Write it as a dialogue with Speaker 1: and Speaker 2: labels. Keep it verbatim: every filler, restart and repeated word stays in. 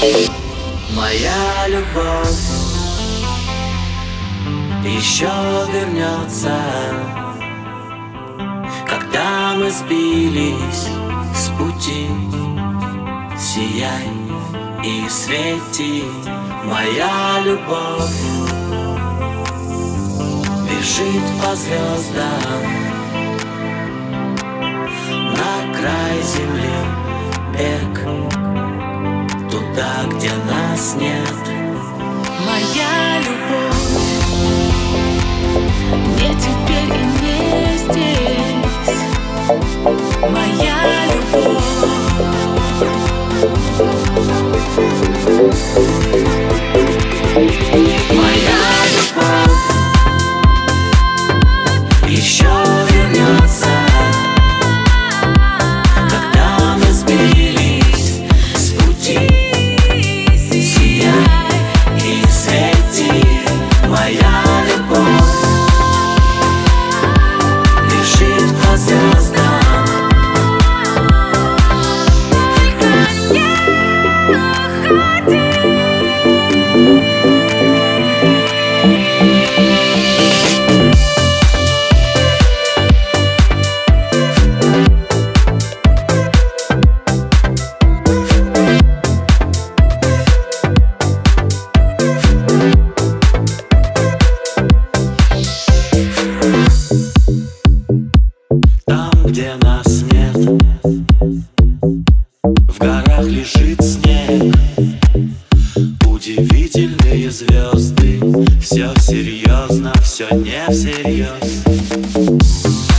Speaker 1: Моя любовь еще вернется, когда мы сбились с пути. Сияй и свети, моя любовь бежит по звездам на край земли, бег туда, где нас нет.
Speaker 2: Моя любовь не теперь и не здесь. Моя любовь
Speaker 1: Моя любовь еще вернется, когда мы сбились с пути. Сияй и свети, моя любовь бежит по звездам. Где нас нет, в горах лежит снег, удивительные звезды. Все серьезно, все не всерьез.